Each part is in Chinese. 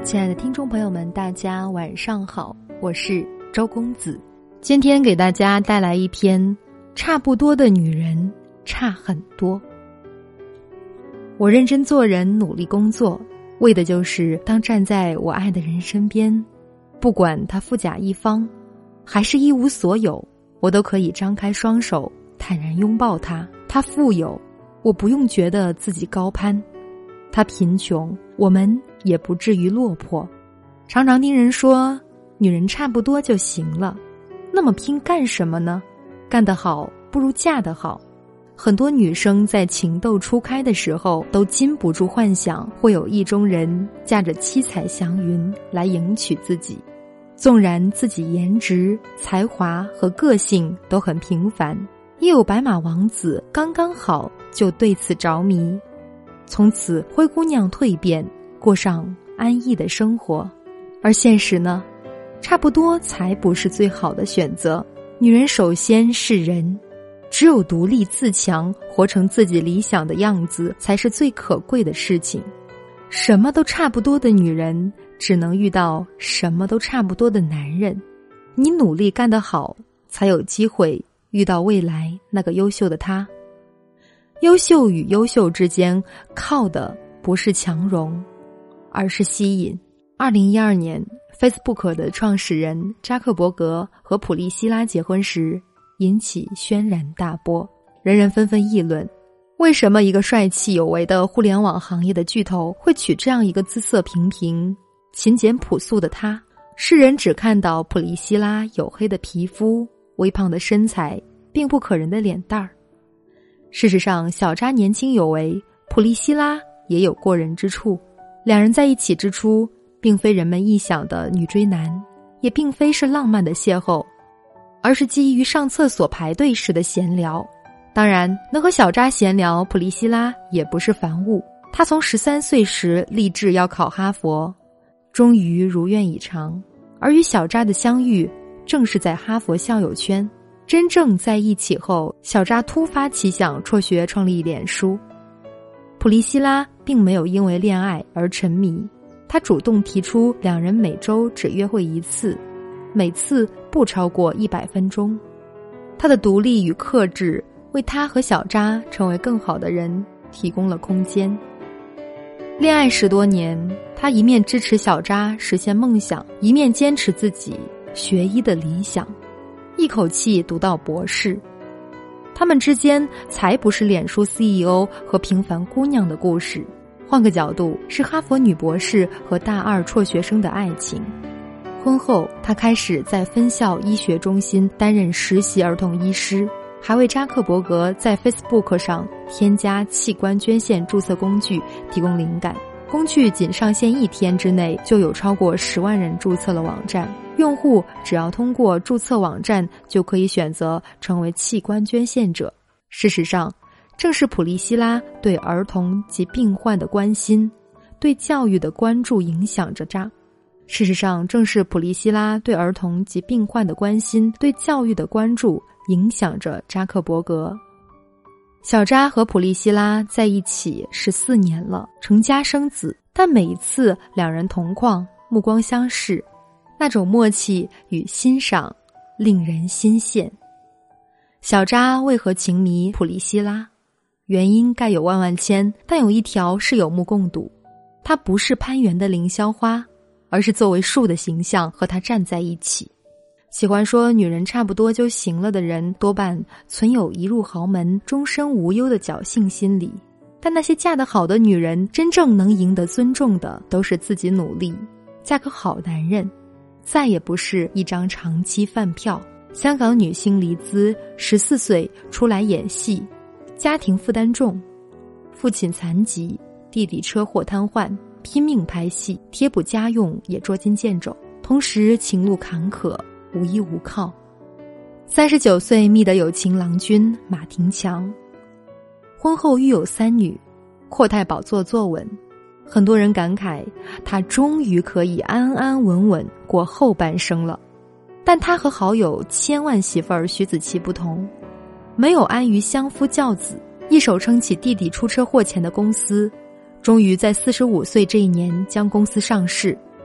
亲爱的听众朋友们，大家晚上好，我是周公子。今天给大家带来一篇差不多的女人差很多。我认真做人，努力工作，为的就是当站在我爱的人身边，不管他富甲一方还是一无所有，我都可以张开双手坦然拥抱他。他富有，我不用觉得自己高攀；他贫穷，我们也不至于落魄。常常听人说女人差不多就行了，那么拼干什么呢？干得好不如嫁得好。很多女生在情窦初开的时候都禁不住幻想会有意中人驾着七彩祥云来迎娶自己，纵然自己颜值、才华和个性都很平凡，也有白马王子刚刚好就对此着迷，从此灰姑娘蜕变，过上安逸的生活。而现实呢，差不多才不是最好的选择。女人首先是人，只有独立自强，活成自己理想的样子，才是最可贵的事情。什么都差不多的女人，只能遇到什么都差不多的男人。你努力干得好，才有机会遇到未来那个优秀的他。优秀与优秀之间，靠的不是强融，而是吸引。2012年 Facebook 的创始人扎克伯格和普利希拉结婚时，引起轩然大波，人人纷纷议论，为什么一个帅气有为的互联网行业的巨头会娶这样一个姿色平平、勤俭朴素的他？世人只看到普利希拉黝黑的皮肤、微胖的身材、并不可人的脸蛋儿。事实上，小扎年轻有为，普利希拉也有过人之处。两人在一起之初，并非人们臆想的女追男，也并非是浪漫的邂逅，而是基于上厕所排队时的闲聊。当然，能和小扎闲聊，普利希拉也不是凡物。她从13岁时立志要考哈佛，终于如愿以偿。而与小扎的相遇，正是在哈佛校友圈。真正在一起后，小扎突发奇想辍学创立脸书。普利希拉并没有因为恋爱而沉迷，她主动提出两人每周只约会一次，每次不超过100分钟。她的独立与克制为她和小扎成为更好的人提供了空间。恋爱10多年，她一面支持小扎实现梦想，一面坚持自己学医的理想，一口气读到博士。他们之间才不是脸书 CEO 和平凡姑娘的故事，换个角度，是哈佛女博士和大2辍学生的爱情。婚后，她开始在分校医学中心担任实习儿童医师，还为扎克伯格在 Facebook 上添加器官捐献注册工具提供灵感。工具仅上线1天之内，就有超过10万人注册了网站。用户只要通过注册网站，就可以选择成为器官捐献者。事实上，正是普利希拉对儿童及病患的关心，对教育的关注影响着扎。事实上，正是普利希拉对儿童及病患的关心，对教育的关注影响着扎克伯格。小扎和普利希拉在一起14年了，成家生子，但每一次两人同框，目光相视，那种默契与欣赏令人心羡。小扎为何情迷普利希拉？原因概有万万千，但有一条是有目共睹，她不是攀援的凌霄花，而是作为树的形象和她站在一起。喜欢说女人差不多就行了的人，多半存有一入豪门终身无忧的侥幸心理。但那些嫁得好的女人，真正能赢得尊重的，都是自己努力，嫁个好男人，再也不是一张长期饭票。香港女星黎姿14岁出来演戏，家庭负担重，父亲残疾，弟弟车祸瘫痪，拼命拍戏，贴补家用也捉襟见肘，同时情路坎坷，无依无靠。39岁觅得有情郎君马廷强，婚后育有3女，阔太宝座坐稳。很多人感慨他终于可以安安稳稳过后半生了。但他和好友千万媳妇儿徐子淇不同，没有安于相夫教子，一手撑起弟弟出车祸前的公司，终于在45岁这一年将公司上市，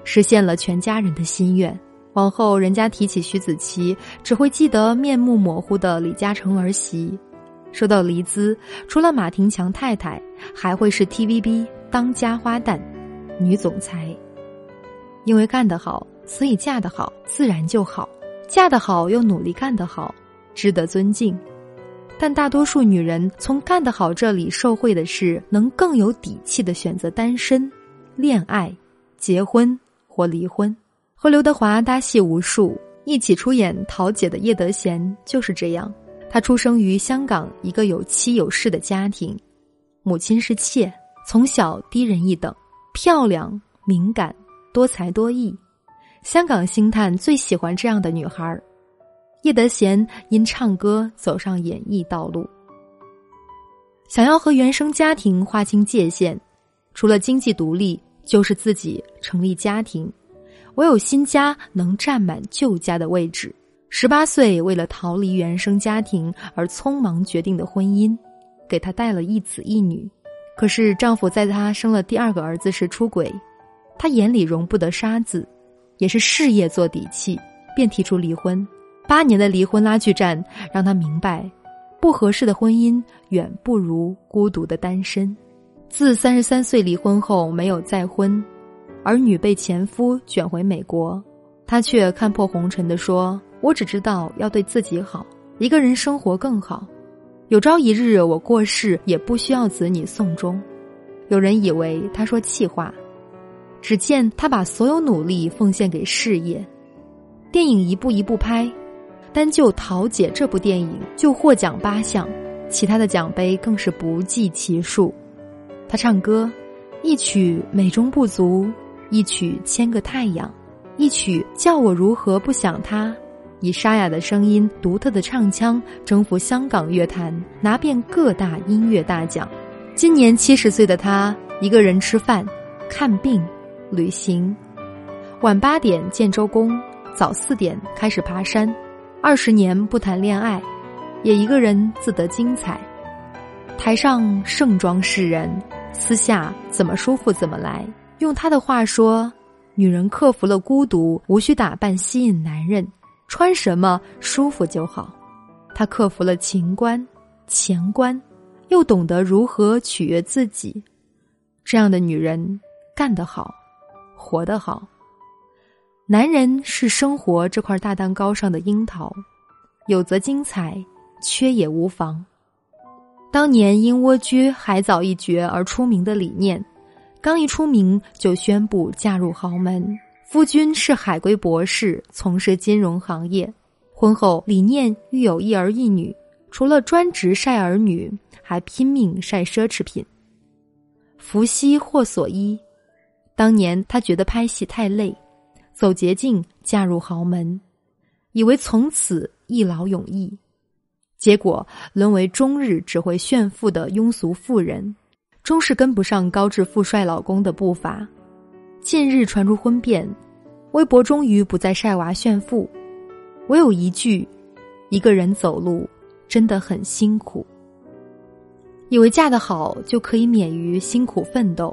实现了全家人的心愿。往后人家提起徐子淇，只会记得面目模糊的李嘉诚儿媳。说到黎姿，除了马廷强太太，还会是 TVB 当家花旦女总裁。因为干得好，所以嫁得好，自然就好。嫁得好又努力干得好，值得尊敬。但大多数女人从干得好这里受惠的是能更有底气地选择单身、恋爱、结婚或离婚。和刘德华搭戏无数，一起出演桃姐的叶德娴就是这样。她出生于香港一个有妻有室的家庭，母亲是妾，从小低人一等，漂亮、敏感、多才多艺。香港星探最喜欢这样的女孩。叶德娴因唱歌走上演艺道路。想要和原生家庭划清界限，除了经济独立，就是自己成立家庭。唯有新家能占满旧家的位置。18岁为了逃离原生家庭而匆忙决定的婚姻，给她带了一子一女。可是丈夫在她生了第2个儿子时出轨，她眼里容不得沙子，也是事业做底气，便提出离婚。8年的离婚拉锯战让她明白，不合适的婚姻远不如孤独的单身。自33岁离婚后没有再婚，儿女被前夫卷回美国，她却看破红尘地说，我只知道要对自己好，一个人生活更好。有朝一日我过世也不需要子女送终。有人以为她说气话，只见她把所有努力奉献给事业。电影一部一部拍，单就《桃姐》这部电影就获奖8项，其他的奖杯更是不计其数。她唱歌，一曲美中不足，一曲千个太阳，一曲叫我如何不想他，以沙哑的声音、独特的唱腔征服香港乐坛，拿遍各大音乐大奖。今年70岁的她，一个人吃饭、看病、旅行，晚8点见周公，早4点开始爬山，20年不谈恋爱，也一个人自得精彩。台上盛装示人，私下怎么舒服怎么来。用她的话说，女人克服了孤独，无需打扮吸引男人，穿什么舒服就好。她克服了情关、钱关，又懂得如何取悦自己。这样的女人干得好，活得好。男人是生活这块大蛋糕上的樱桃，有则精彩，缺也无妨。当年因蜗居海藻一绝而出名的李念，刚一出名就宣布嫁入豪门。夫君是海归博士，从事金融行业。婚后李念育有1儿1女，除了专职晒儿女，还拼命晒奢侈品。福兮祸所依，当年他觉得拍戏太累，走捷径嫁入豪门，以为从此一劳永逸，结果沦为终日只会炫富的庸俗妇人，终是跟不上高质富帅老公的步伐。近日传出婚变，微博终于不再晒娃炫富，唯有一句，一个人走路真的很辛苦。以为嫁得好就可以免于辛苦奋斗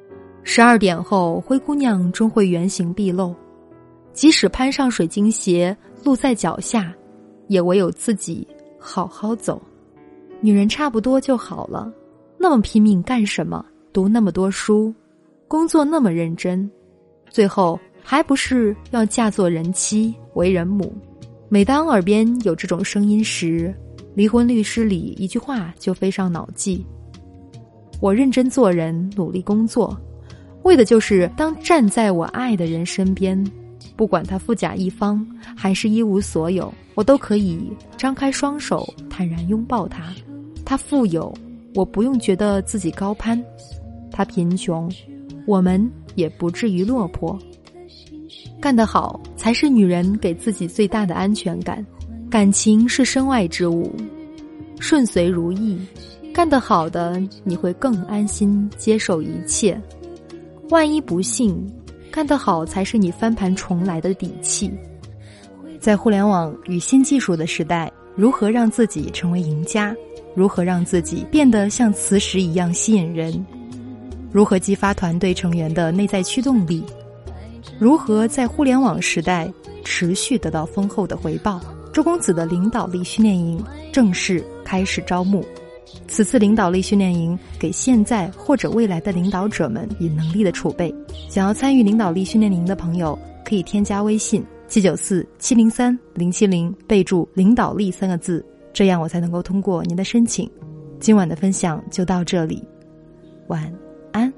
，12点后灰姑娘终会原形毕露，即使攀上水晶鞋，路在脚下，也唯有自己好好走。女人差不多就好了，那么拼命干什么？读那么多书，工作那么认真，最后还不是要嫁做人妻，为人母。每当耳边有这种声音时，离婚律师里一句话就飞上脑际：我认真做人，努力工作，为的就是当站在我爱的人身边，不管他富甲一方还是一无所有，我都可以张开双手坦然拥抱他。他富有，我不用觉得自己高攀；他贫穷，我们也不至于落魄。干得好才是女人给自己最大的安全感。感情是身外之物，顺遂如意，干得好的你会更安心接受一切。万一不幸，干得好才是你翻盘重来的底气。在互联网与新技术的时代，如何让自己成为赢家？如何让自己变得像磁石一样吸引人？如何激发团队成员的内在驱动力？ 如何在互联网时代持续得到丰厚的回报？周公子的领导力训练营正式开始招募。此次领导力训练营给现在或者未来的领导者们以能力的储备。想要参与领导力训练营的朋友，可以添加微信794-703-070，备注领导力3个字，这样我才能够通过您的申请。今晚的分享就到这里，晚安。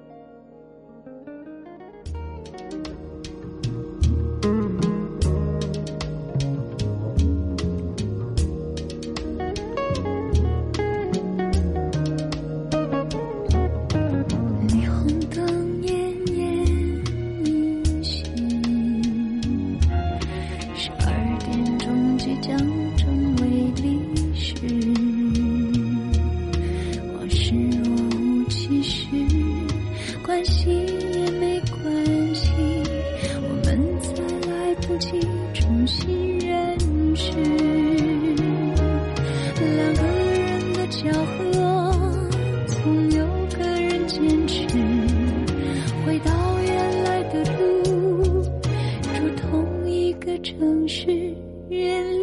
关系也没关系，我们再来不及重新认识。两个人的巧合，总有个人坚持，回到原来的路，住同一个城市，原